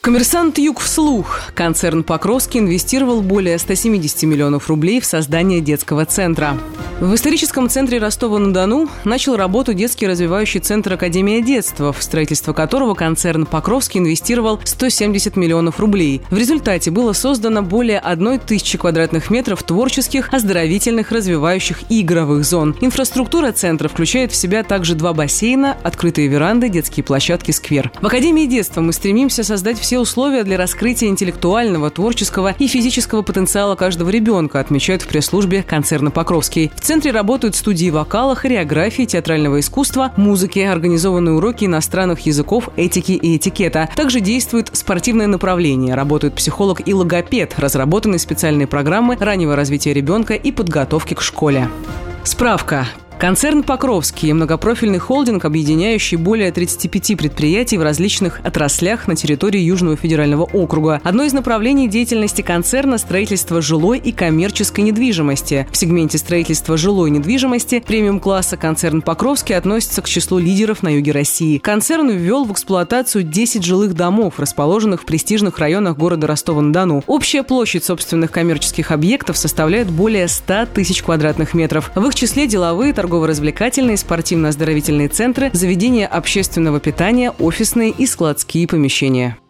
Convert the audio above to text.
Коммерсант Юг вслух. Концерн Покровский инвестировал более 170 миллионов рублей в создание детского центра. В историческом центре Ростова-на-Дону начал работу детский развивающий центр «Академия детства», в строительство которого концерн Покровский инвестировал 170 миллионов рублей. В результате было создано более 1000 квадратных метров творческих, оздоровительных, развивающих и игровых зон. Инфраструктура центра включает в себя также 2 бассейна, открытые веранды, детские площадки, сквер. В «Академии детства» мы стремимся создать все условия для раскрытия интеллектуального, творческого и физического потенциала каждого ребенка, отмечают в пресс-службе концерна «Покровский». В центре работают студии вокала, хореографии, театрального искусства, музыки, организованные уроки иностранных языков, этики и этикета. Также действует спортивное направление, работают психолог и логопед, разработаны специальные программы раннего развития ребенка и подготовки к школе. Справка. Концерн «Покровский» – многопрофильный холдинг, объединяющий более 35 предприятий в различных отраслях на территории Южного федерального округа. Одно из направлений деятельности концерна – строительство жилой и коммерческой недвижимости. В сегменте строительства жилой недвижимости премиум-класса концерн «Покровский» относится к числу лидеров на юге России. Концерн ввел в эксплуатацию 10 жилых домов, расположенных в престижных районах города Ростова-на-Дону. Общая площадь собственных коммерческих объектов составляет более 100 тысяч квадратных метров. В их числе деловые, торгово-развлекательные, спортивно-оздоровительные центры, заведения общественного питания, офисные и складские помещения.